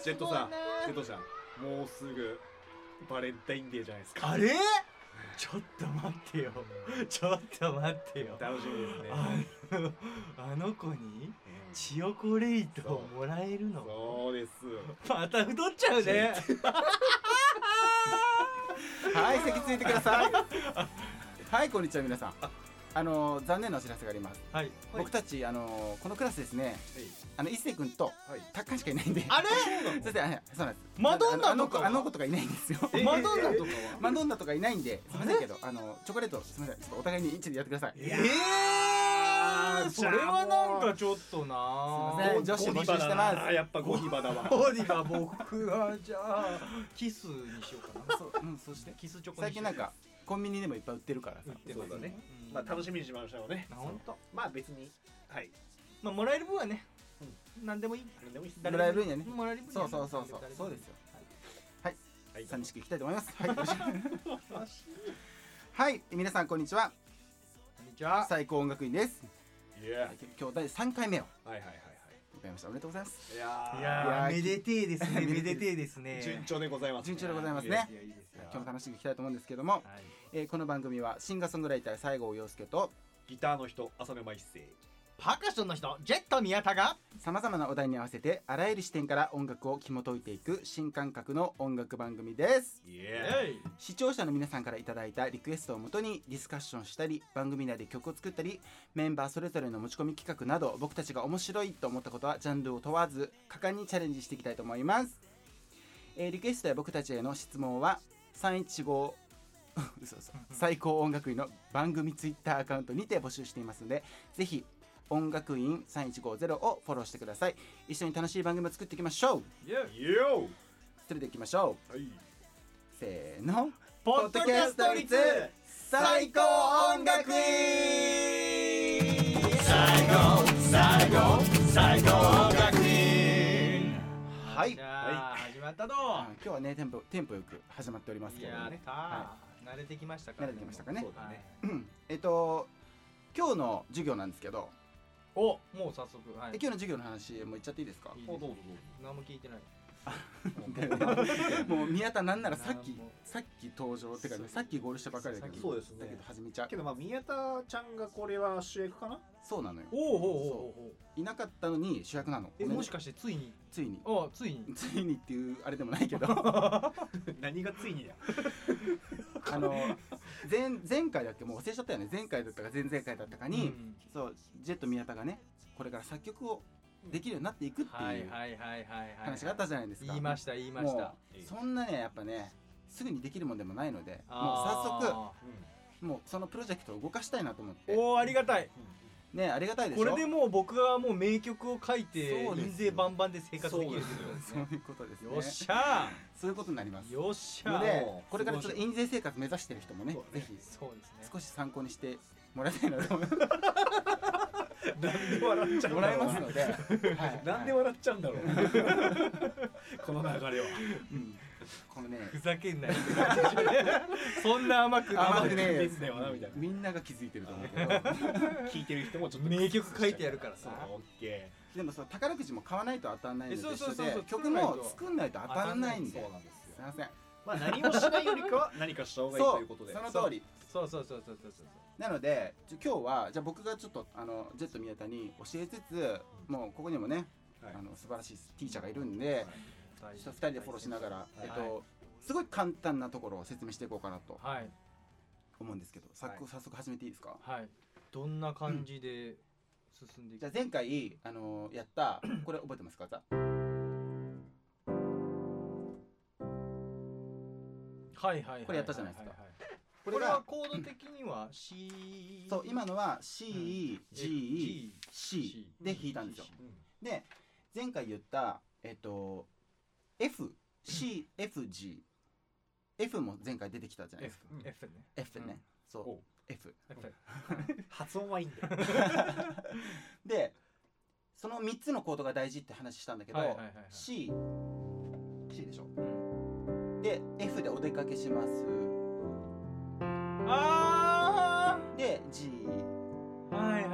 ジェットさんもうすぐバレンタインデーじゃないですか。 あれちょっと待ってよちょっと待ってよ、 楽しみですね。 あの子にチヨコレートをもらえるの？ そうです。 また太っちゃうねはい席ついてくださいはいこんにちは皆さん。残念なお知らせがあります。 はい、 僕たちこのクラスですね、一星君とタッカンしかいないんで。 あれそうなんです。 マドンナとかあの子とかいないんですよ。 マドンナとかはマドンナとかいないんで、すみませんけどチョコレートすみません、ちょっとお互いに一でやってください。 それはなんかちょっとな。 すみません、女子募集してます。 やっぱゴディバだわ。 ゴディバ僕はじゃあキスにしようかな。 そしてキスチョコ。 最近なんかコンビニでもいっぱい売ってるからさ。 そうだね。まあ楽しみにしましょうね。 本当。 まあ別にはいまあもらえる分はね、何でもいい。 何でもいいです。 もらえる分やね。 もらえる分。 そうですよ。はい寂しくいきたいと思います。はい皆さんこんにちは。 こんにちは。 最高音楽院です。今日第3回目をはい迎えました。おめでとうございます。 いやめでてえですね。めでてえですね。 順調でございます。 順調でございますね。今日も楽しくいきたいと思うんですけども、この番組はシンガーソングライター西郷陽介とギターの人浅沼一生、 パーカッションの人ジェット宮田がさまざまなお題に合わせてあらゆる視点から音楽を紐解いていく新感覚の音楽番組です。視聴者の皆さんからいただいたリクエストをもとにディスカッションしたり、番組内で曲を作ったり、メンバーそれぞれの持ち込み企画など、僕たちが面白いと思ったことはジャンルを問わず果敢にチャレンジしていきたいと思います。リクエストや僕たちへの質問は315最高音楽院の番組ツイッターアカウントにて募集していますので、ぜひ音楽院3150をフォローしてください。一緒に楽しい番組を作っていきましょう。それでいきましょう。せーの、 ポッドキャスト率最高音楽院。最高音楽院。 はい、 じゃあ始まったと。 今日はねテンポよく始まっておりますけどね。 慣れてきましたかね。 そうだね。今日の授業なんですけど、 もう早速、 今日の授業の話も言っちゃっていいですか？ どうぞ。何も聞いてない。 もう宮田なんならさっき登場ってかね、さっきゴールしたばかりだけど、 そうですね。 だけど始めちゃう。 けどまあ宮田ちゃんがこれは主役かな？ そうなのよ。いなかったのに主役なの。 もしかしてついにっていうあれでもないけど何がついにや前回だっけ、もう忘れちゃったよね。前回だったか前々回だったかに、そうジェット宮田がねこれから作曲をできるようになっていくっていう話があったじゃないですか。 言いました。 そんなねやっぱねすぐにできるもんでもないので、もう早速もうそのプロジェクトを動かしたいなと思って。 ありがたいね、ありがたいでしょ。 これでもう僕はもう名曲を書いて印税バンバンで生活できる。 そういうことですね。 よっしゃそういうことになります。 よっしゃでこれからちょっと印税生活目指してる人もね、ぜひ少し参考にしてもらいたいなと思います。 なんで笑っちゃうんだろう。 もらえますので、 なんで笑っちゃうんだろうこの流れは。 このねふざけんなよそんな甘くねえだよなみたいな。 みんなが気づいてると思うけど聞いてる人もちょっと名曲書いてやるからさ。 オッケー。でも宝くじも買わないと当たらないので一緒で、曲も作んないと当たらないんで。 そうなんですよ。 すいません。 まあ何もしないよりかは何かした方がいいということで。 その通り。 そうなので今日はじゃあ僕がちょっとジェット宮田に教えつつ、もうここにもね素晴らしいティーチャーがいるんで、2人でフォローしながらすごい簡単なところを説明していこうかなと思うんですけど、早速始めていいですか？ はい。どんな感じで進んでいく？ じゃあ前回やったこれ覚えてますか？これやったじゃないですか。 これはコード的には C。 そう、今のは C、G、C で弾いたんですよ。で前回言ったF、C、F、G、F も前回出てきたじゃないですか。F ね。そう。F。 発音はいいんだよ。 でその3つのコードが大事って話したんだけど、C でしょ。で F でお出かけします。で G。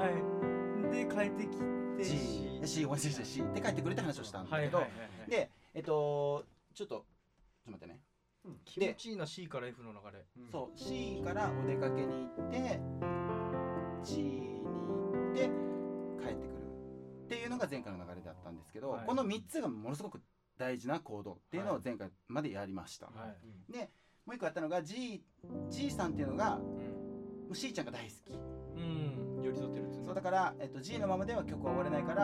で帰ってきて C って帰ってくるって話をしたんだけど、でちょっと待ってね。 気持ちいいな C から F の流れ。 そう C からお出かけに行って G に行って帰ってくるっていうのが前回の流れだったんですけど、この3つがものすごく大事な行動っていうのを前回までやりました。でもう一個やったのが G さんっていうのが、もう C ちゃんが大好き。 寄り添ってる。 そうだから、G のままでは曲は終われないから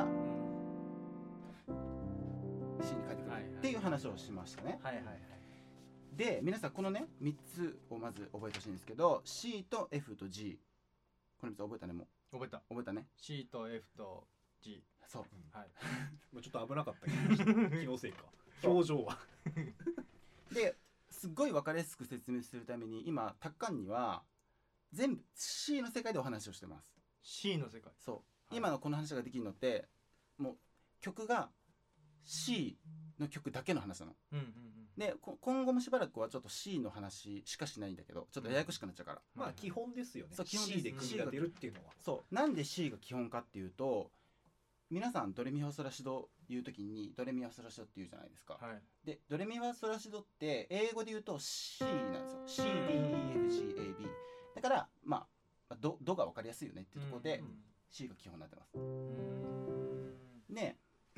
、C に帰ってくるっていう話をしましたね。で皆さんこのね3つをまず覚えてほしいんですけど、 C と F と G、 この3つ覚えたね。もう覚えたね。 C と F と G。 そう、 ちょっと危なかったけど気のせいか、表情はですっごい分かりやすく説明するために今タッカンには全部 C の世界でお話をしてます。 C の世界。 そう、今のこの話ができるのってもう曲が C の曲だけの話なの。で今後もしばらくはちょっと C の話しかしないんだけど、ちょっとややこしくなっちゃうから、 まあ基本ですよね。 そう基本です。 C で組み立てるっていうのは。 そうなんで C が基本かっていうと、皆さんドレミファソラシド言うときにドレミファソラシドって言うじゃないですか。でドレミファソラシドって英語で言うと C なんですよ。 CDEFGAB だからまあドが分かりやすいよねっていうところで C が基本になってます。で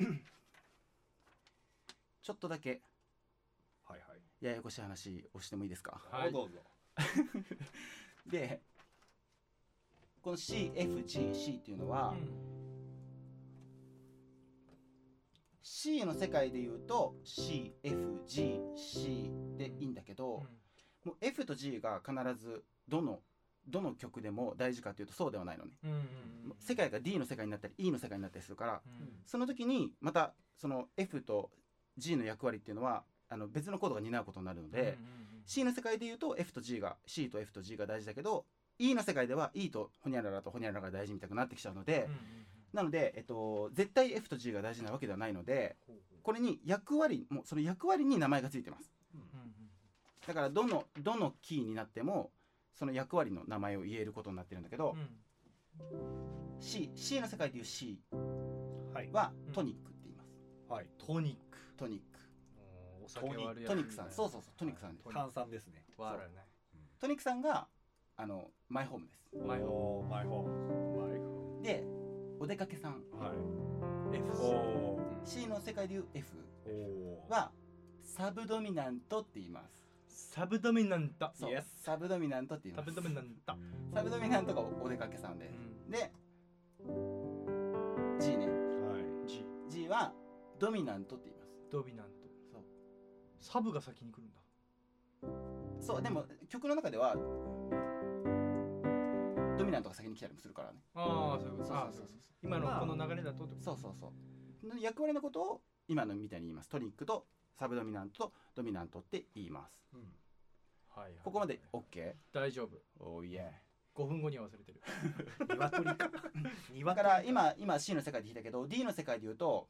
ちょっとだけややこしい話をしてもいいですか。 どうぞでこの CFGC っていうのは、C の世界で言うと CFGC でいいんだけど、もう F と G が必ずどの曲でも大事かというとそうではないのね。世界が D の世界になったり E の世界になったりするから、その時にまたその F と G の役割っていうのは別のコードが担うことになるので、C の世界で言うと F と G が C と F と G が大事だけど E の世界では E とホニャララとホニャララが大事みたいになってきちゃうので、なので、絶対 F と G が大事なわけではないので、これに役割もその役割に名前がついてます。だからどのキーになってもその役割の名前を言えることになってるんだけど、C の世界でいう C はトニックって言います。 トニック。お酒割るやつ。 トニックさん。そうトニックさんです。 炭酸ですね。 トニックさんがマイホームです。 マイホームでお出かけさん、C の世界でいう F はサブドミナントって言います。 サブドミナント。 そう、サブドミナントって言います。 サブドミナント。 サブドミナントがお出かけさんです。で G ね。G はドミナントって言います。 ドミナント。 そう。 サブが先に来るんだ。 そうでも曲の中ではドミナントが先に来たりもするからね。 そういうこと。そう今のこの流れだと。 そう役割のことを今のみたいに言います。トニックとサブドミナントとドミナントって言います。ここまで OK？ 大丈夫。 おいえ。 5分後には忘れてる。 鶏か。 だから今 C の世界で弾いたけど D の世界で言うと、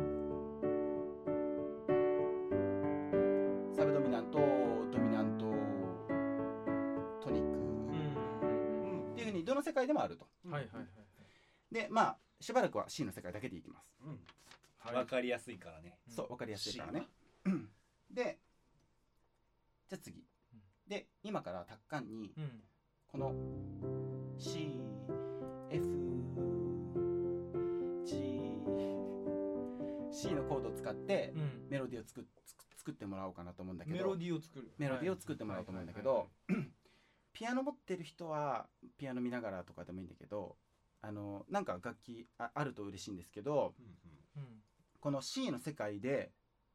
サブドミナントドミナントトニックっていうふうにどの世界でもあると。でまあしばらくは C の世界だけでいきます。 わかりやすいからね。 そうわかりやすいからね。でじゃあ次で今からタッカンにこの C F G C のコードを使ってメロディーを作ってもらおうかなと思うんだけど、 メロディーを作ってもらおうと思うんだけど、ピアノ持ってる人はピアノ見ながらとかでもいいんだけど、なんか楽器 あると嬉しいんですけど、この C の世界で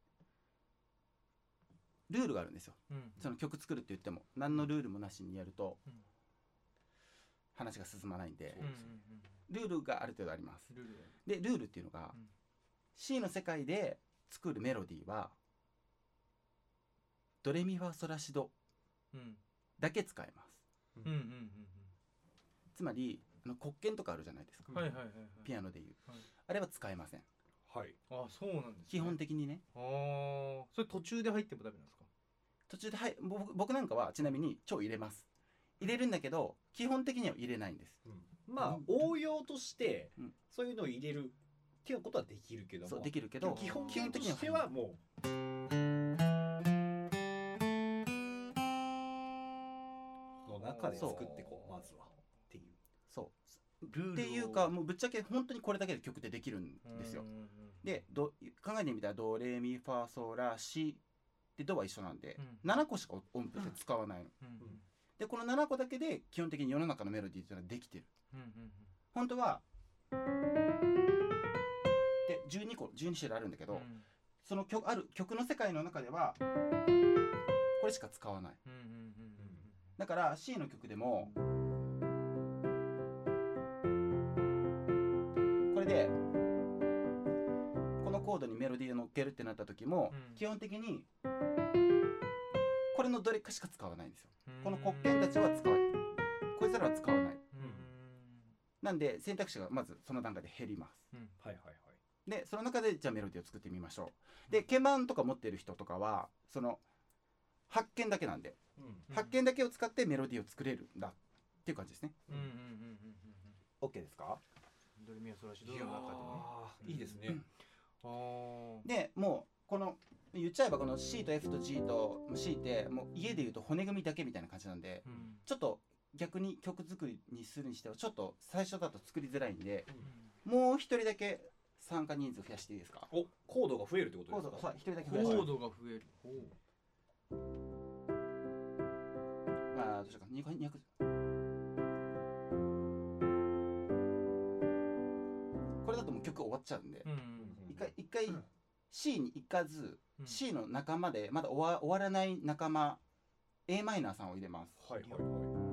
ルールがあるんですよ。その曲作るって言っても何のルールもなしにやると話が進まないんで、ルールがある程度あります。でルールっていうのが、C の世界で作るメロディーはドレミファソラシドだけ使えます。つまり黒鍵とかあるじゃないですか、ピアノでいう、あれは使えません。 そうなんですね。 基本的にね。 それ途中で入ってもダメなんですか？ 途中で僕なんかはちなみに超入れます。入れるんだけど基本的には入れないんです。 まあ応用としてそういうのを入れるっていうことはできるけども、 そうできるけど基本形としてはもうの中で作ってこうまずはっていうそうルールをっていうかもうぶっちゃけ本当にこれだけで曲でできるんですよ。で考えてみたらドレミファソラシでドは一緒なんで、7個しか音符って使わないの、でこの7個だけで基本的に世の中のメロディーっていうのはできてる、本当はで12種類あるんだけど、そのある曲の世界の中ではこれしか使わない、だから C の曲でもこれでこのコードにメロディーを乗っけるってなった時も、基本的にこれのどれかしか使わないんですよ。この黒鍵たちは使わない、こいつらは使わない、なんで選択肢がまずその段階で減ります、 はいはいはい。 でその中でじゃあメロディーを作ってみましょう。で鍵盤とか持ってる人とかはその発見だけなんで、発見だけを使ってメロディーを作れるんだっていう感じですね。OK ですか？ ドレミファソラシドの中でね。 いいですね。 でもうこの言っちゃえばこの C と F と G と C ってもう家でいうと骨組みだけみたいな感じなんで、ちょっと逆に曲作りにするにしてはちょっと最初だと作りづらいんで、もう一人だけ参加人数増やしていいですか？ お、コードが増えるってことですか？ コードが一人だけ増やして。 コードが増える。 まあどうしようか。200。これだともう曲終わっちゃうんで、一回 C に行かず、C の仲間でまだ終わらない仲間 a マイナーさんを入れます。 はいはいはい。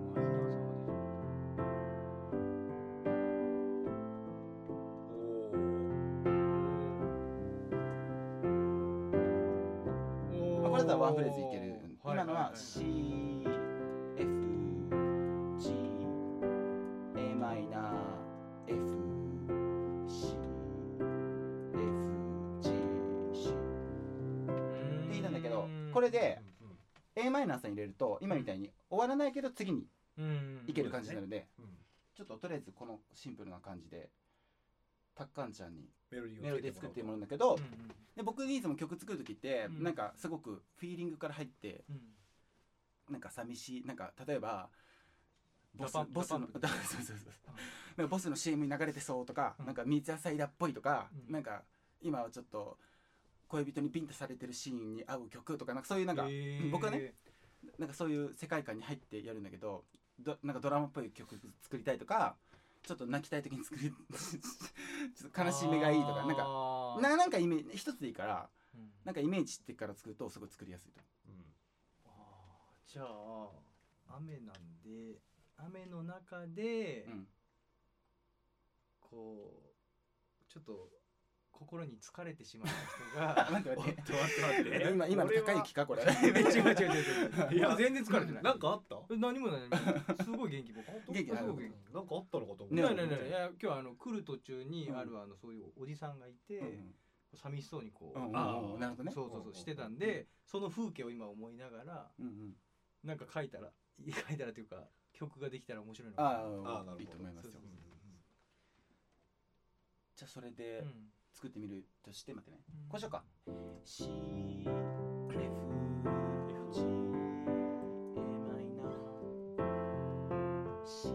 これだったらワンフレーズいける。今のは C、F、G、A マイナー、F、C、F、G、C って言ったんだけど、これで A マイナーさん入れると今みたいに終わらないけど次にいける感じになるので、ちょっととりあえずこのシンプルな感じでたっかんちゃんにメロディー作ってもらうんだけど、で僕いつも曲作る時ってなんかすごくフィーリングから入って、なんか寂しい、なんか例えばボスのなんかボスの CM に流れてそうとか、なんか三ツ矢サイダーっぽいとか、なんか今はちょっと恋人にビンタされてるシーンに合う曲とか、なんかそういうなんか、僕はねなんかそういう世界観に入ってやるんだけど、なんかドラマっぽい曲作りたいとか、ちょっと泣きたい時に作りちょっと悲しみがいいとか、なんかイメージ一つでいいから、なんかイメージってから作るとすごい作りやすいと。 じゃあ雨なんで雨の中で、こうちょっと心に疲れてしまった人が待って今の高い木かこれ。 めっちゃ違う。いや全然疲れてない。 なんかあった？ 何もない。すごい元気僕。 元気なの？ なんかあったのかと思う。 ない。いや今日来る途中にあるそういうおじさんがいて、寂しそうにこう、 なるほどね。 そうしてたんで、その風景を今思いながら、なんか書いたらというか曲ができたら面白いのかな。 いいと思いますよ。じゃあそれで作ってみるとして、待ってね。こうしようか。C、F、G、A マイナー、C、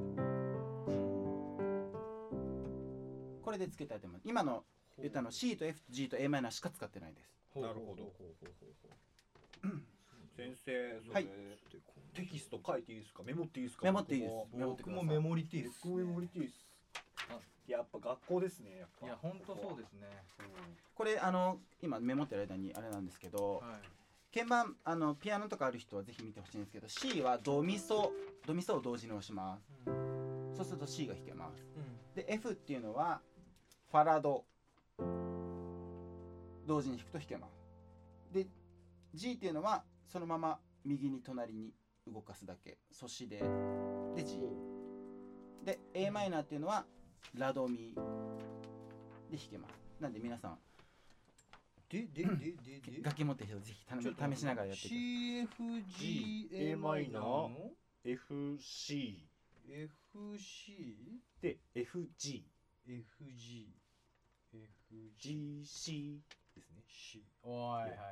これでつけたいと思います。今の言ったの C と F と G と A マイナーしか使ってないです。 なるほど。先生、それテキスト書いていいですか？メモっていいですか？ メモっていいです。 僕もメモリティーです。 やっぱ学校ですね。 いや本当そうですね。 これ今メモってる間にあれなんですけど、鍵盤ピアノとかある人はぜひ見てほしいんですけど、 C はドミソを同時に押します。そうすると C が弾けます。で F っていうのはファラド同時に弾くと弾けます。で G っていうのはそのまま右に隣に動かすだけ、ソシで G で A マイナーっていうのはラドミで弾けます。なんで皆さん楽器持ってる人ぜひ試しながらやってください。 CFG A マイナー FC で FG G C ですね。 おいはいはいはいはい。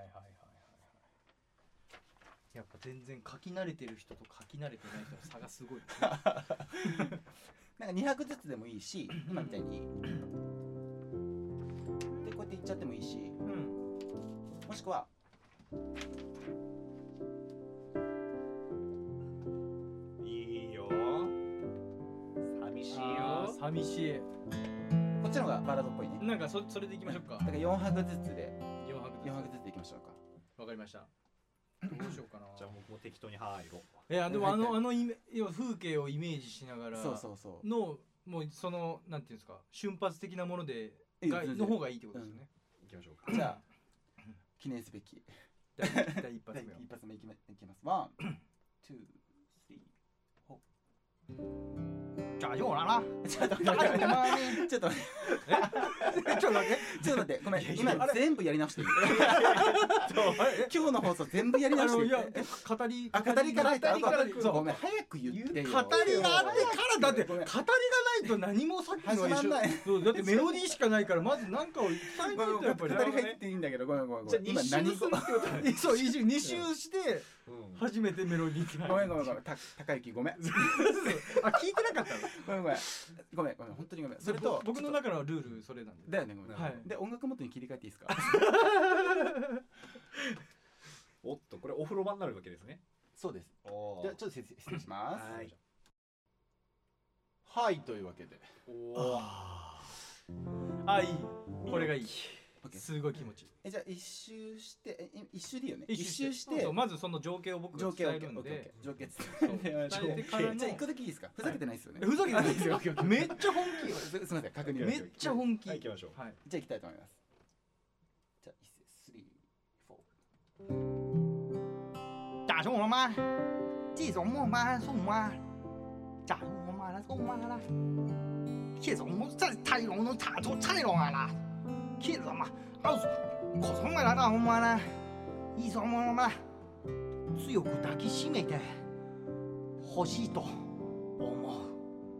やっぱ全然書き慣れてる人と書き慣れてない人の差がすごいですね。 なんか2拍ずつでもいいし、今みたいにでこうやっていっちゃってもいいし、もしくはいいよ。寂しいよ。 寂しい。 こっちの方がバラードっぽいね。 なんかそれでいきましょうか。 だから4拍ずつで 4拍ずつでいきましょうか。 わかりました。どうしようかな。 じゃあ僕も適当に入ろう。 いやでも要は風景をイメージしながらのもうそのなんていうんですか、瞬発的なものでの方がいいってことですね。 いきましょうか。 じゃあ記念すべき第一発目。 一発目いきます。1、2、3、4。 じゃあようなら。 ちょっと待って。ごめん。今全部やり直していい？今日の放送全部やり直していい？語りから入った。ごめん、早く言ってよ。 語りがあってからだって、語りがないと何もさっきの始まんない。 だってメロディーしかないからまず何かを言いたいんだよやっぱり。 語り入っていいんだけど、ごめん。 じゃあ今何語？ そう2周して初めてメロディーが。 ごめん。高雪ごめん。 あ、聞いてなかったの？ ごめん本当にごめん。それと僕の中のルールそれなんで。 だよね、ごめん。で音楽元に切り替えていいですか？ おっと、これお風呂場になるわけですね。 そうです。じゃあちょっと失礼します。 はい、というわけで。あ、いい。これがいい。すごい気持ちいい。 じゃあ一周して一周でいいよね。 一周してまずその情景を僕が伝えるんで。 情景伝えてからの。じゃあ一個だけいいですか？ふざけてないですよね。 ふざけてないですよ。めっちゃ本気。 すみません、確認。 めっちゃ本気。 行きましょう。 じゃあ行きたいと思います。じゃあ3、4。 大熊妈，这种么嘛送嘛，大熊妈啦送嘛啦，这种么在太阳能查出太阳啦，这种嘛，可从来大熊妈啦，いつもま強く抱きしめて欲しいと思う。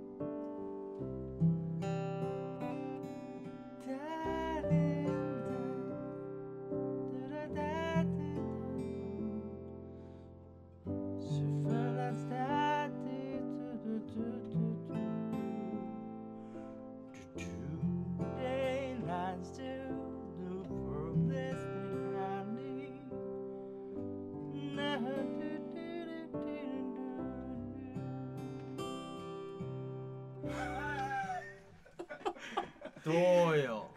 どうよ。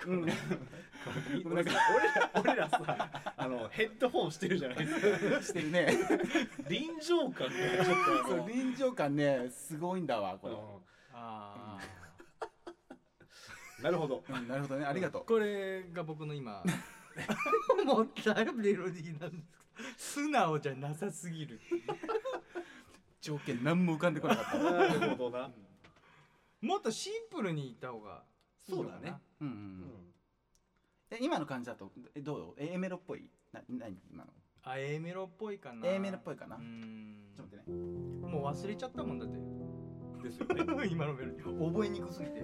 俺らさ、ヘッドホンしてるじゃないですか。 してるね。 臨場感がちょっと臨場感ね、すごいんだわこれ。 なるほど。 なるほどね、ありがとう。 これが僕の今思ったメロディーなんですけど、素直じゃなさすぎる。 条件何も浮かんでこなかった。 なるほどな。 もっとシンプルにいった方がいいのかな。そうだね。 今の感じだとどう？Aメロっぽい？何今の？ あ、Aメロっぽいかな。 Aメロっぽいかな。ちょっと待ってね。 もう忘れちゃったもんだって。 ですよね。 今のメロディー覚えにくすぎて。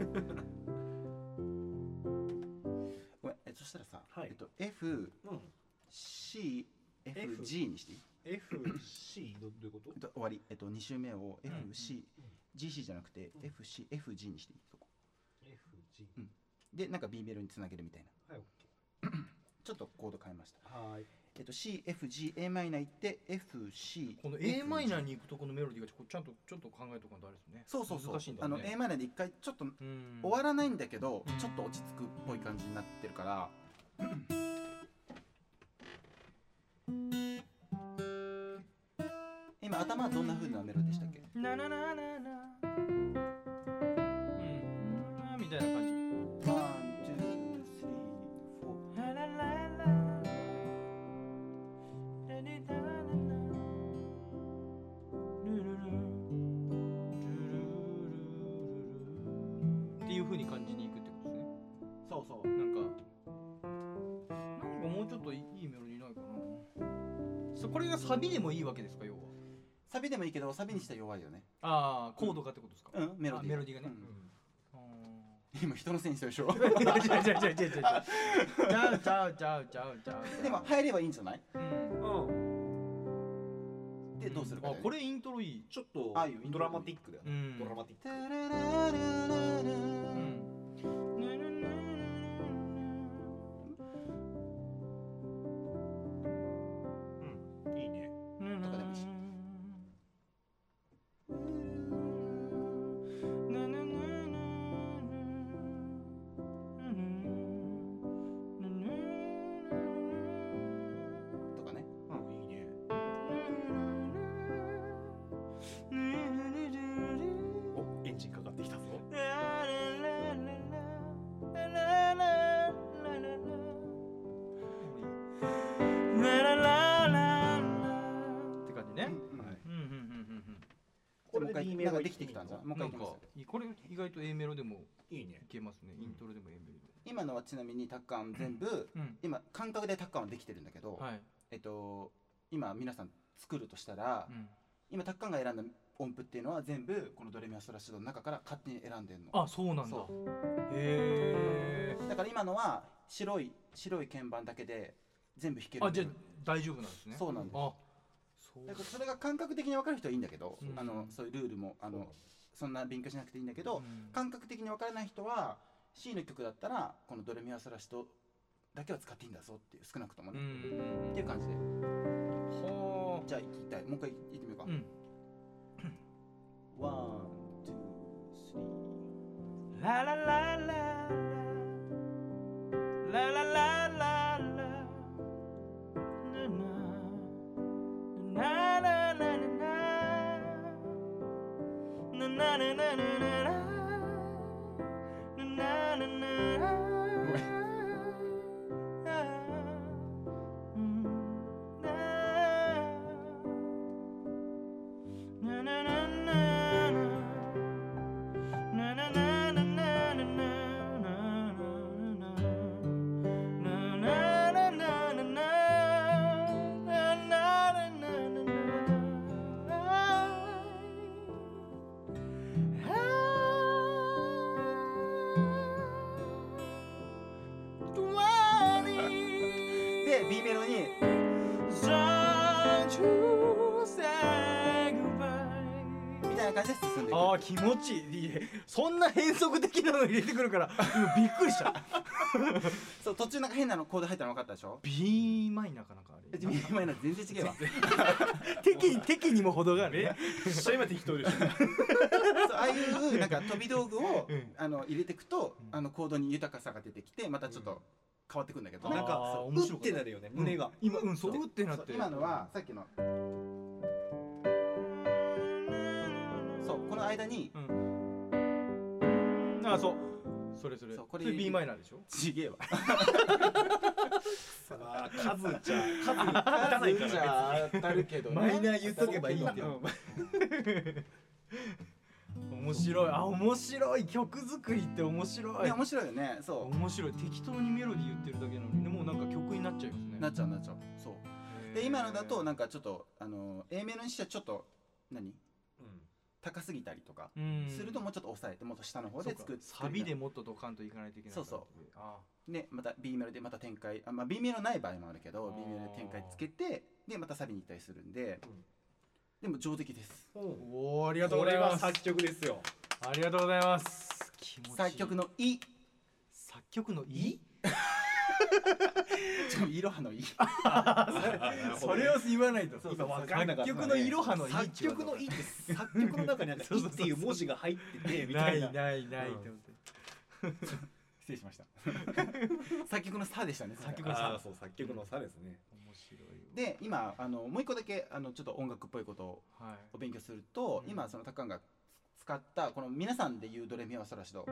ごめん、そしたらさ、F、C、F、G にしていい？ F、C どういうこと？ 終わり。2周目を F、C、G、C じゃなくて F、C、F、G にしていい？そこ。 F、G。 で、なんか B メロにつなげるみたいな。 はい、 ちょっとコード変えました。 はい。 C、F、G、A マイナー行って F、C。 この A マイナーに行くとこのメロディーがちょっと考えとかんとあれですね。 そう。 難しいんだね。 A マイナーで一回ちょっと終わらないんだけど、ちょっと落ち着くっぽい感じになってるから。今頭はどんな風なメロディーでしたっけ？ ななななな。みたいな感じ。 1、2、3、4。ララララ。っていう風に感じにいくってことですね。 そう。 なんかもうちょっといいメロディーないかな。これがサビでもいいわけですか？要はサビでもいいけどサビにしたら弱いよね。 ああ、コードがってことですか？ メロディーがね。 今人のせいにしてるでしょ。 違うでも入ればいいんじゃない？ うんでどうするか、 あこれイントロいい。 ちょっとあいいよドラマティックだよね、 うんドラマティック。いいね。 とかでもいいし。とかね。 いいね。お、エンジンかかってきたぞ。 って感じね。 これで B メロなんかできてきたんじゃん。もう一回いきます。 これ意外と A メロでもいいねい。けますね。イントロでも A メロでも。 今のはちなみにタッカン全部、今感覚でタッカンはできてるんだけど、 はい。 今皆さん作るとしたら、今タッカンが選んだ音符っていうのは全部このドレミファソラシドの中から勝手に選んでるの。 あ、そうなんだ。 そへえ。 だから今のは白い鍵盤だけで全部弾ける。 あ、じゃあ大丈夫なんですね。 そうなんです。 あ、そうだからそれが感覚的に分かる人はいいんだけど、 うんそういうルールもそんな勉強しなくていいんだけど、感覚的に分からない人は C の曲だったらこのドレミファソラシドだけは使っていいんだぞっていう、少なくともね、っていう感じで。 はじゃあ行きたい。もう一回行ってみようか。ワン、ツー、スリー。 ララララララララララナナナナナナナナナナナナナナナナナで B メロにみたいな感じで進んでいく。 ああ気持ちいい。そんな変則的なの入れてくるから今びっくりした。 そう途中なんか変なのコード入ったの分かったでしょ。 B マイナーかなんかあれ。 B マイナー全然違うわ。 敵にも程があるね。 めっちゃ今適当でしょ。 そうああいうなんか飛び道具を入れていくとコードに豊かさが出てきてまたちょっと変わってくんだけど、 なんか面白かったうってなるよね、胸が。 今そううってなって。 今のはさっきのそうこの間にあそうそれそうこれそれ B マイナーでしょ。 ちげえわ。 数じゃ数じゃ当たるけどね。 マイナー言っとけばいいってよ。面白い。あ面白い。曲作りって面白い。 いや面白いよね。そう面白い。適当にメロディー言ってるだけなのにねもうなんか曲になっちゃいますね。 なっちゃうそうで今のだとなんかちょっとA メロにしてはちょっと高すぎたりとかするともうちょっと抑えてもっと下の方で作ってサビでもっとドカンといかないといけない。 そうでまた B メロでまた展開B メロない場合もあるけど B メロで展開つけてでまたサビに行ったりするんででも上出来です。 おおありがとうございます。 これは作曲ですよ。 ありがとうございます。気持ちいい。 作曲のい作曲のいいろはのいそれを言わないと今分からなかったね。 作曲のいろはのい作曲のいって作曲の中になんかいっていう文字が入っててみたいな。 ないって思って。 失礼しました。作曲の差でしたね。 作曲の差。 そう作曲の差ですね。 面白い。 で今もう一個だけちょっと音楽っぽいことをお勉強すると今そのタカンが使ったこの皆さんで言うドレミファソラシド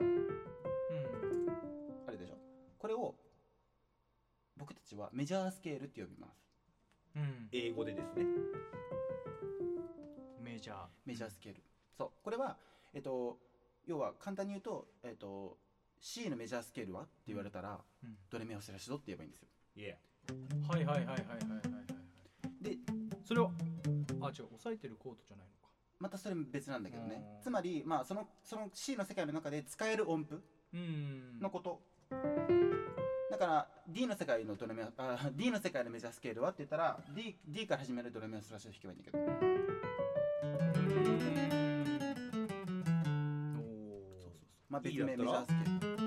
あれでしょ。これを僕たちはメジャースケールって呼びます。 英語でですね。 メジャースケール。そうこれは要は簡単に言うとC のメジャースケールはって言われたらドレミファソラシドって言えばいいんですよ。 はい。でそれを違う押さえてるコードじゃないのか。 またそれも別なんだけどね。 うんつまりまあその C の世界の中で使える音符のこと、だから D の世界のドレミファD の世界のメジャースケールはって言ったら D から始めるドレミファソラシドを弾けばいいんだけど、まあ別名メジャースケール。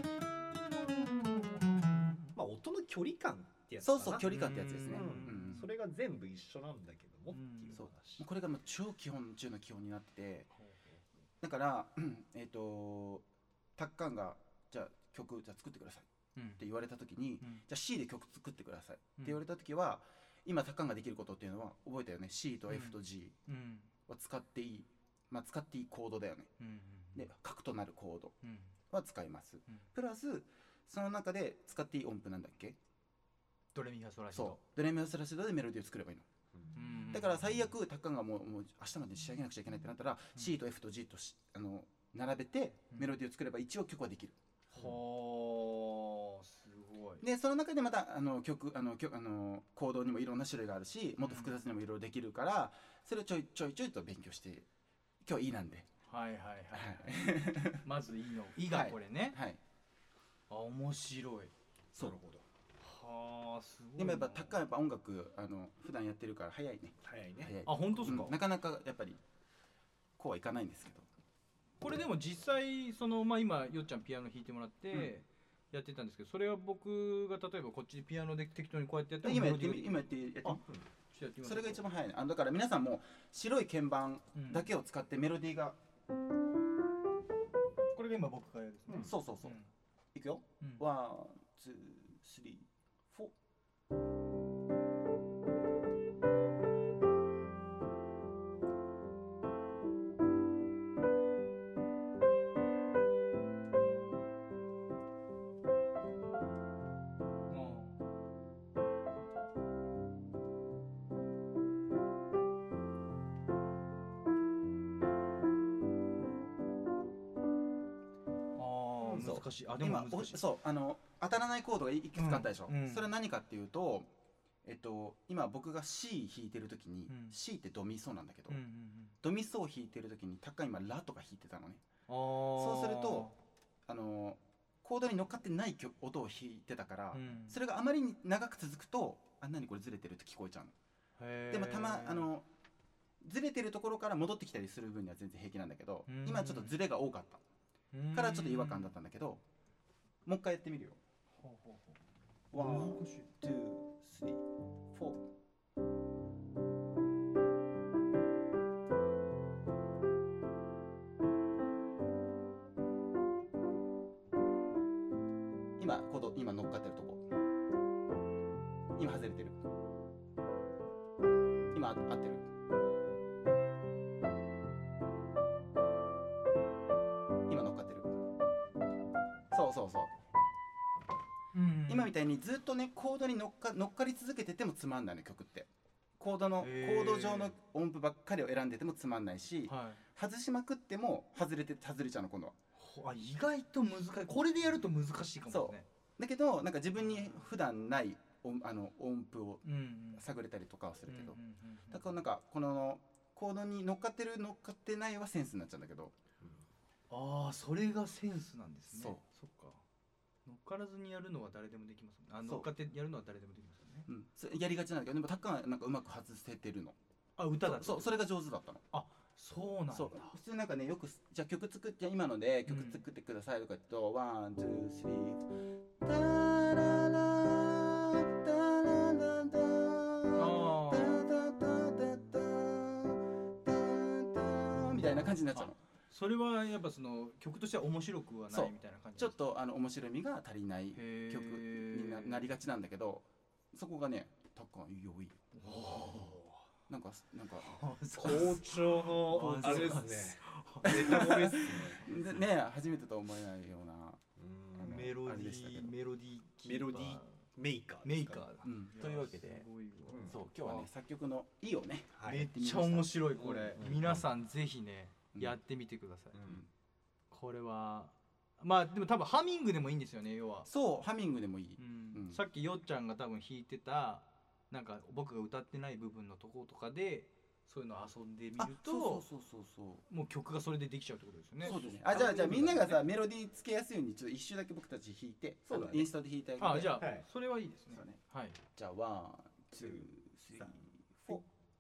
まあ音の距離感ってやつかな。 そうそう、距離感ってやつですね。 それが全部一緒なんだけどもっていうそう話。 これがもう超基本中の基本になってて、だからタッカンがじゃあ曲じゃあ作ってくださいって言われた時に、じゃあ C で曲作ってくださいって言われた時は、今タッカンができることっていうのは覚えたよね。 C と F と G は使っていい、まあ使っていいコードだよね。で核となるコードは使います、プラスその中で使っていい音符なんだっけ、 ドレミファソラシド。 そうドレミファソラシドでメロディーを作ればいいの。だから最悪タッカンがもう明日まで仕上げなくちゃいけないってなったら、C と F と G と並べてメロディーを作れば一応曲はできる。 はあ、すごい。 でその中でまたコードにもいろんな種類があるし、もっと複雑にもいろいろできるから、それをちょいと勉強して今日いいなんで。 はいはいはい。まずいいの。いがこれね。 はい。 あ、面白い。 そう。 なるほど。 はあ、すごい。 でもやっぱタッカンやっぱ音楽普段やってるから早いね。 早いね。 早い。 あ、本当ですか。 なかなかやっぱりこうはいかないんですけど。 これでも実際まあ今よっちゃんピアノ弾いてもらってやってたんですけど、それは僕が例えばこっちでピアノで適当にこうやってやっても今やってみそれが一番早いね。だから皆さんも白い鍵盤だけを使ってメロディーが、 これが今僕がやるですね。 そうそうそう、いくよ、ワンツースリーフォー。 難しい。あ、でも難しい。 そう当たらないコードがいくつかあったでしょ。それは何かっていうと、今僕が C 弾いてる時に、C ってドミソなんだけど、ドミソを弾いてる時にタッカン今ラとか弾いてたのね。そうするとコードに乗っかってない音を弾いてたから、それがあまりに長く続くと何これずれてるって聞こえちゃうの。でもずれてるところから戻ってきたりする分には全然平気なんだけど、今ちょっとずれが多かったからちょっと違和感だったんだけど、もう一回やってみるよ。ワン、ツー、スリー、フォー。今乗っかってるとこ、今外れてる、今合ってる、今乗っかってる。そう、今みたいにずっとねコードに乗っかり続けててもつまんないの、曲って。コード上の音符ばっかりを選んでてもつまんないし、外しまくっても外れちゃうの今度は。 意外と難しい。これでやると難しいかもね。 だけどなんか自分に普段ない音符を探れたりとかはするけど、だからなんかこのコードに乗っかってる乗っかってないはセンスになっちゃうんだけど、 ああ、それがセンスなんですね。 そっか。乗っからずにやるのは誰でもできますもんね。乗っかってやるのは誰でもできますよね。 それやりがちなんだけど、でもタッカンはなんかうまく外せてるの。 あ、歌だ。 それが上手だったの。 あ、そうなんだ。 普通なんかね、よくじゃあ曲作って今ので曲作ってくださいとか言うと、ワンツースリータララタララタみたいな感じになっちゃうの。 それはやっぱ曲としては面白くはないみたいな感じ。 ちょっと面白みが足りない曲になりがちなんだけど、そこがねタッカン良い。なんか校長のあれですね。ネタ褒めですね。 ね、初めてとは思えないようなメロディーメーカー。 というわけで、そう今日はね作曲のいをね、 めっちゃ面白いこれ。皆さんぜひねやってみてください。これはまあでも多分ハミングでもいいんですよね、要は。 そうハミングでもいい。 さっきよっちゃんが多分弾いてたなんか僕が歌ってない部分のとことかでそういうの遊んでみるとそうもう曲がそれでできちゃうってことですよね。 そうですね。じゃあみんながさメロディーつけやすいようにちょっと一周だけ僕たち弾いて、インスタで弾いてあげて。 じゃあそれはいいですね。はい。 じゃあ1、2、3、4。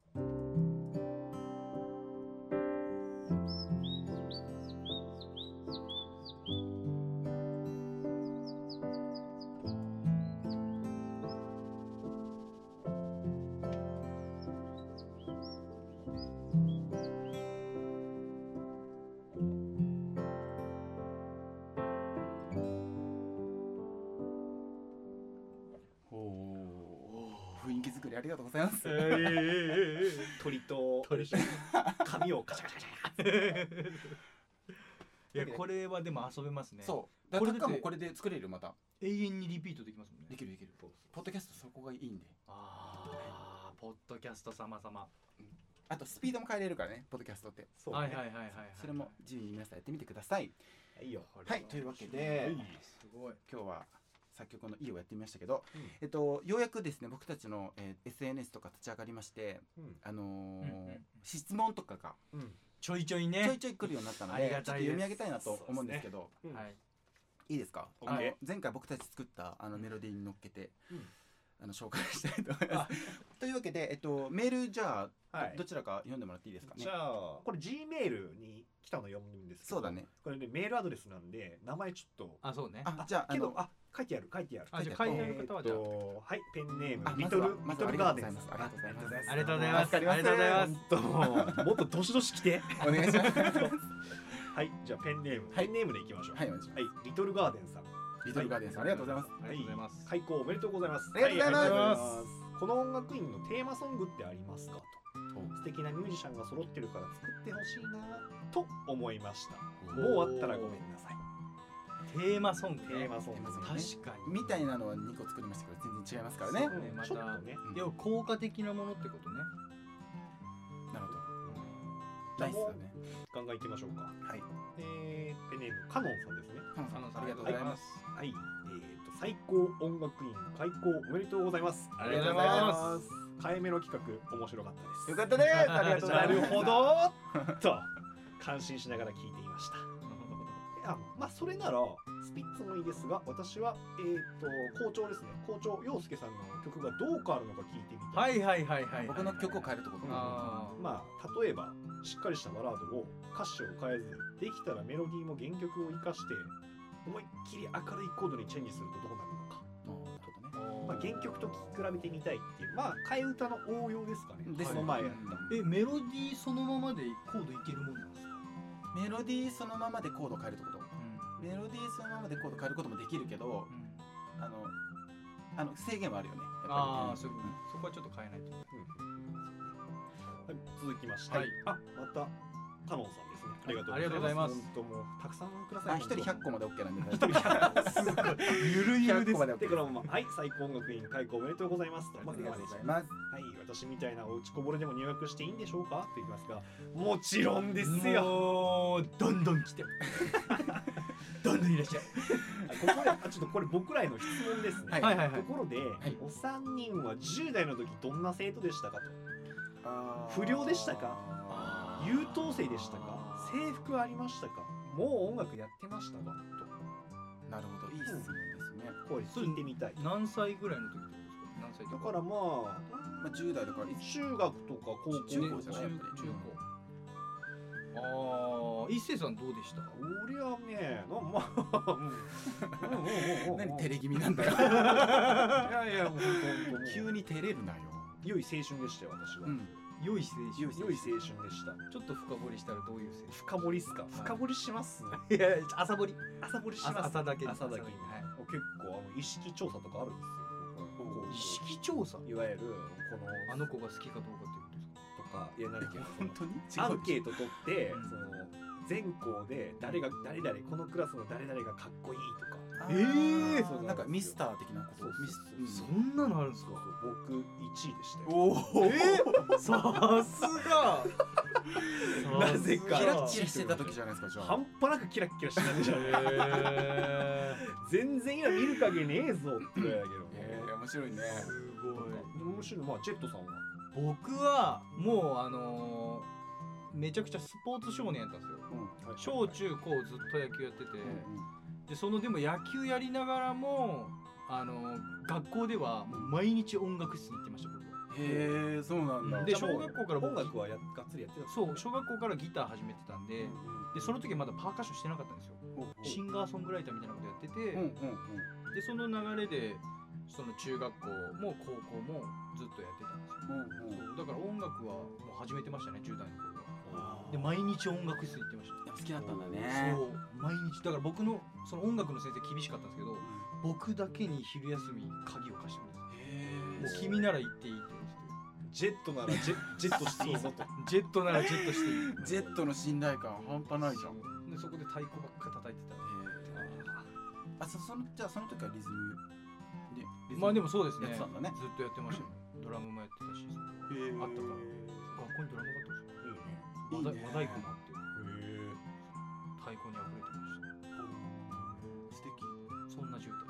雰囲気作りありがとうございます。 鳥と髪をカチャカチャカチャ。 いやこれはでも遊べますね。 そう。これもこれで作れるまた。 永遠にリピートできますもんね。 できる。ポッドキャストそこがいいんで。 ポッドキャスト様々。 あとスピードも変えれるからね、ポッドキャストって。 はい。 それも自由に皆さんやってみてください。 いいよ。 はい、というわけで、 すごい。 今日は作曲の E をやってみましたけど、ようやくですね、僕たちの SNS とか立ち上がりまして、質問とかがちょいちょいね、 ちょい来るようになったので、ちょっと読み上げたいなと思うんですけど、いいですか？前回僕たち作ったメロディーに乗っけて紹介したいと思います。というわけで、メールじゃあどちらか読んでもらっていいですかね。 じゃあこれ G メールに来たの読むんですけど、 そうだね。 これねメールアドレスなんで名前ちょっとそうね。 じゃあ書いてある。 じゃあ書いてある方はじゃあはい、ペンネームリトルガーデンさん。 ありがとうございます。ありがとうございます。 もっとどしどし来てお願いします。 はい、じゃあペンネームでいきましょう。 はい、お願いします。 リトルガーデンさん。 リトルガーデンさん、ありがとうございます。 ありがとうございます。 開講おめでとうございます。 ありがとうございます。 この音楽院のテーマソングってありますかと。素敵なミュージシャンが揃ってるから作ってほしいなと思いました。もうあったらごめんなさい。 テーマソング。 確かに。 みたいなのは2個作りましたけど全然違いますからね。 またね。要は効果的なものってことね。 なるほど。ナイスだね。 ガンガンいきましょうか。 はい。 ペンネームカノンさんですね。 カノンさん、ありがとうございます。 はい。最高音楽院開講おめでとうございます。 ありがとうございます。 替え目の企画面白かったです。 よかったです。ありがとうございます。 なるほどと感心しながら聞いていました。まあそれならスピッツもいいですが、私は校長ですね。校長陽介さんの曲がどう変わるのか聞いてみたい。 はい。 僕の曲を変えるってこと。 まあ例えばしっかりしたバラードを歌詞を変えず、できたらメロディーも原曲を生かして思いっきり明るいコードにチェンジするとどうなるのか。まあ原曲と聴き比べてみたいっていう、まあ替え歌の応用ですかね。その前やった。 メロディーそのままでコードいけるもんなんですか？ メロディーそのままでコード変えるってこと？メロディーそのままでコード変えることもできるけど、制限はあるよね。 そこはちょっと変えないと。 続きまして、またカノンさんですね。ありがとうございます。本当もうたくさんください。 一人100個まで OK なんで。 一人100個。 ゆるゆるです。 でこのままはい、最高音楽院開講おめでとうございますと。 ありがとうございます。 はい、私みたいなおうちこぼれでも入学していいんでしょうかと言いますが、もちろんですよ。 もうどんどん来て。どんどんいらっしゃい。 ここでちょっとこれ僕らへの質問ですね。ところで、お三人は10代の時どんな生徒でしたかと。不良でしたか？優等生でしたか？制服ありましたか？もう音楽やってましたか？と。 なるほど、いい質問ですね。 これ聞いてみたい。 何歳ぐらいの時ってことですか？何歳とか。 だからまあ 10代だから中学とか高校中高じゃない。 中高。一星さんどうでした？ 俺はね、 何照れ気味なんだよ。 いやもう本当急に照れるなよ。 良い青春でしたよ私は。 良い青春でした。 ちょっと深掘りしたらどういう青春？ 深掘りっすか？深掘りします？ いや朝掘りします。 朝だけ。 結構意識調査とかあるんですよ。 意識調査？ いわゆるこのあの子が好きかどうかっていうことですか？ とか、いやなんか本当にアンケート取ってその全校で誰々このクラスの誰々がかっこいいとか。 なんかミスター的なこと。 そんなのあるんですか？ 僕1位でしたよ。 さすが。 なぜかキラッキラしてた時じゃないですか。じゃあ半端なくキラッキラしてたんじゃない。全然今見る影ねえぞって言われたけどね。 面白いね。 すごい面白い。まあジェットさんは僕はもうめちゃくちゃスポーツ少年やったんですよ。小中高ずっと野球やってて、でそのでも野球やりながらも学校ではもう毎日音楽室に行ってました僕は。 へえ、そうなんだ。 で小学校から音楽はがっつりやってた。 そう小学校からギター始めてたんで、でその時まだパーカッションしてなかったんですよ。シンガーソングライターみたいなことやってて、でその流れでその中学校も高校もずっとやってたんですよ。そうだから音楽はもう始めてましたね、10代の頃は。で毎日音楽室行ってました。 好きだったんだね。 そう毎日だから僕のその音楽の先生厳しかったんですけど、僕だけに昼休み鍵を貸してくれて、もう君なら行っていいって言ってて、 ジェットならジェットしていいぞと。 ジェットならジェットしていい。 ジェットの信頼感半端ないじゃん。 でそこで太鼓ばっか叩いてた。 じゃあその時はリズムで。 まあでもそうですね。 やってたんだね。 ずっとやってましたね。ドラムもやってたし、あったから学校にドラムがあったんですよ。いいね。和太鼓もあって、太鼓に溢れてました。 素敵。 そんな状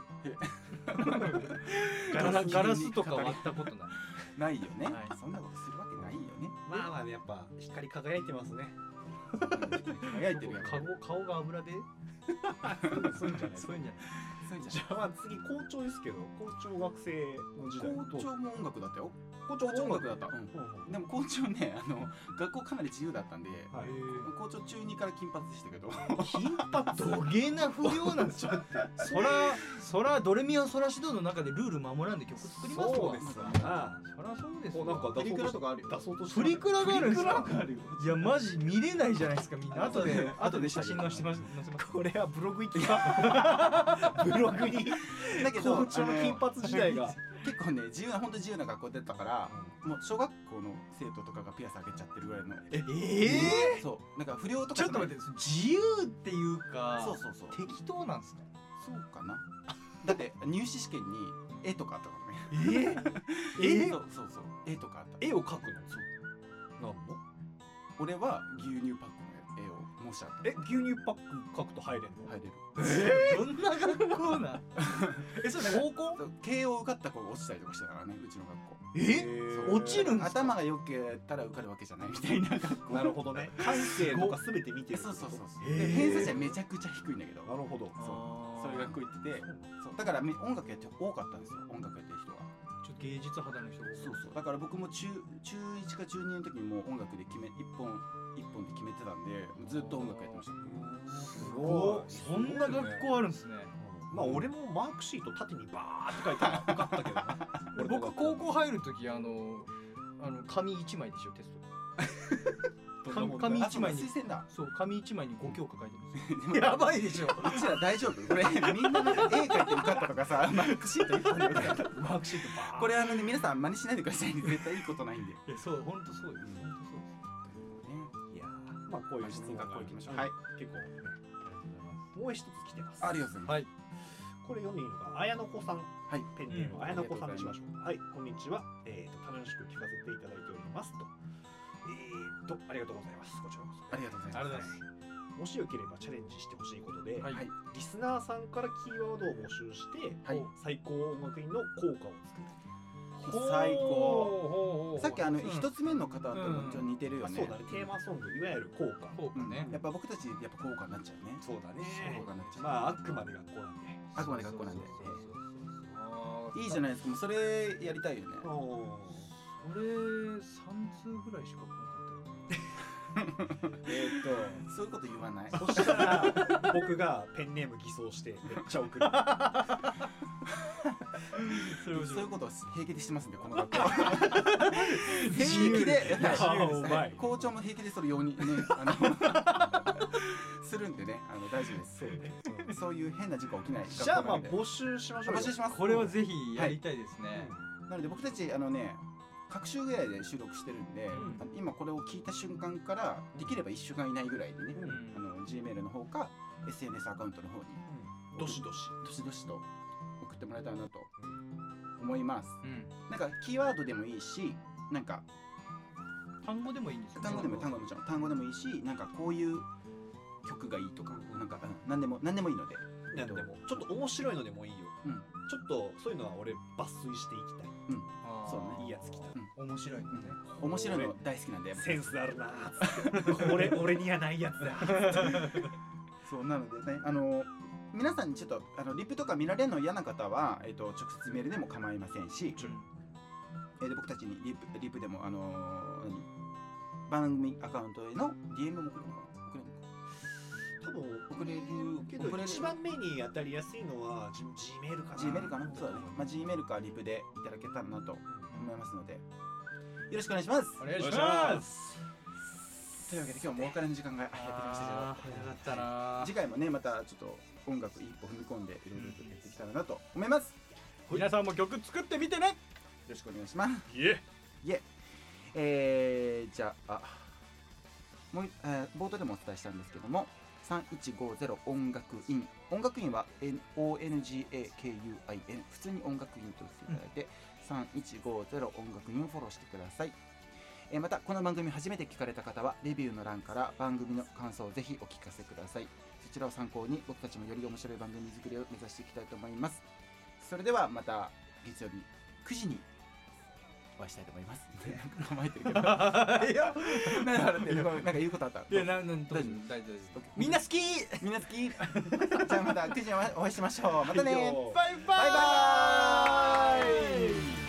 態。ガラスとか割ったことない。 ないよね。そんなことするわけないよね。 まあまあね、やっぱ光り輝いてますね。 輝いてるやん。 顔が油で。 そういうんじゃない。 そういうんじゃない。 じゃあまあ次校長ですけど、校長学生の時代。 校長も音楽だったよ。 校長音楽だった。でも校長ね、学校かなり自由だったんで、校長中2から金髪でしたけど。 金髪どげな不良なんですよ。そらドレミファソラシドの中でルール守らんで曲作りますわ。 そうですわ。 そらそうですよ。なんかプリクラとかあるよ。 プリクラがあるんですか。いやマジ見れないじゃないですかみんな。後で写真載せます。 これはブログ行きか。ブログに。 だけど校長の金髪時代が結構ね本当自由な学校だったから、もう小学校の生徒とかがピアス開けちゃってるぐらいの。そうなんか不良とか。 ちょっと待って、自由っていうか、 そう適当なんですか。 そうかな。だって入試試験に絵とかあったからね。そう絵とかあった。 絵を描くの。そう。なんの？ 俺は牛乳パックの絵を模写。 牛乳パック描くと入れんの？ 入れる。 どんな学校な？それ高校？ 慶応受かった子が落ちたりとかしてたからね、うちの学校。 落ちるんですか？ 頭が良けたら受かるわけじゃないみたいな学校。 なるほどね。感性とかすべて見てる。 そう。偏差値はめちゃくちゃ低いんだけど。 なるほど。 そういう学校行ってて、だから音楽やって多かったんですよ。音楽やってる人が。 ちょっと芸術肌の人が。 そう。だから僕も中1か中2の時にもう音楽で一本で決めてたんで、ずっと音楽やってました。 すごい。そんな学校あるんですね。 まあ俺もマークシート縦にバーって書いて受かったけどな。 僕高校入る時紙1枚でしょテスト。紙1枚に推薦だ。 そう紙1枚に5教科書いてるんですよ。やばいでしょ。 うちら大丈夫？これみんななんか絵描いて受かったとかさ、マークシート1本で受かった。 マークシートバー。 これ皆さん真似しないでくださいね。絶対いいことないんで。 そう本当そうです。 まあこういう質問学校行きましょう。はい。結構ね。もう一つ来てます。 ありがとうございます。 これ読んでいいのか。綾野子さん。 はい。 ペンネーム綾野子さんにしましょう。はい。こんにちは。楽しく聞かせていただいておりますと。ありがとうございます。こちらこそ。 ありがとうございます。 もしよければチャレンジしてほしいことで、 リスナーさんからキーワードを募集して、最高音楽院の効果を作る。 最高。さっき一つ目の方とちょっと似てるよね。 そうだね。テーマソングいわゆる効果。 効果ね。 やっぱ僕たちやっぱ効果になっちゃうね。 そうだね。 効果になっちゃう。 まああくまで学校なんで。 あくまで学校なんで。いいじゃないですか。もうそれやりたいよね。 それ3通ぐらいしか来なかった。 そういうこと言わない。 そしたら僕がペンネーム偽装してめっちゃ送る。 そういうことを平気でしてますんで、この学校。平気で校長も平気でそれようにねするんでね、大丈夫です。そういう変な事故起きない。 じゃあまあ募集しましょう。 募集します。 これはぜひやりたいですね。 なので僕たち各週ぐらいで収録してるんで、今これを聞いた瞬間からできれば1週間以内ぐらいでね、Gmail の方か SNS アカウントの方にどしどしと送ってもらえたらなと思います。なんかキーワードでもいいし、なんか単語でもいいんですよね。 単語でもいいし、なんかこういう曲がいいとか、なんか何でもいいので、 ちょっと面白いのでもいいよ。ちょっとそういうのは俺抜粋していきたい。 そうね。 いいやつ来た。 面白いのね。 面白いの大好きなんで、 センスあるなー俺にはないやつだそうなのでね、皆さんにちょっとリプとか見られるの嫌な方は、直接メールでも構いませんし、で僕たちにリプでも番組アカウントへの DM も送れるのか多分送れるけど一番目に当たりやすいのは Gmail かな。 Gmail かな。そうだね。Gmail かリプでいただけたらなと思いますので、よろしくお願いします。 お願いします。 というわけで今日もお別れの時間がやってきましたけど、 早かったな。 次回もねまたちょっと音楽一歩踏み込んでいろいろとやっていけたらなと思います。 皆さんも曲作ってみてね。よろしくお願いします。 いえ。じゃあもう冒頭でもお伝えしたんですけども、3150音楽院、音楽院は ONGAKUIN、 普通に音楽院としていただいて、3150音楽院をフォローしてください。またこの番組初めて聞かれた方はレビューの欄から番組の感想をぜひお聞かせください。そちらを参考に僕たちもより面白い番組作りを目指していきたいと思います。それではまた月曜日9時にお会いしたいと思います。構えてるけど。いや、なんか言うことあった？ いや、大丈夫。みんな好き。 みんな好き。じゃあまた9時にお会いしましょう。またね。 バイバイ。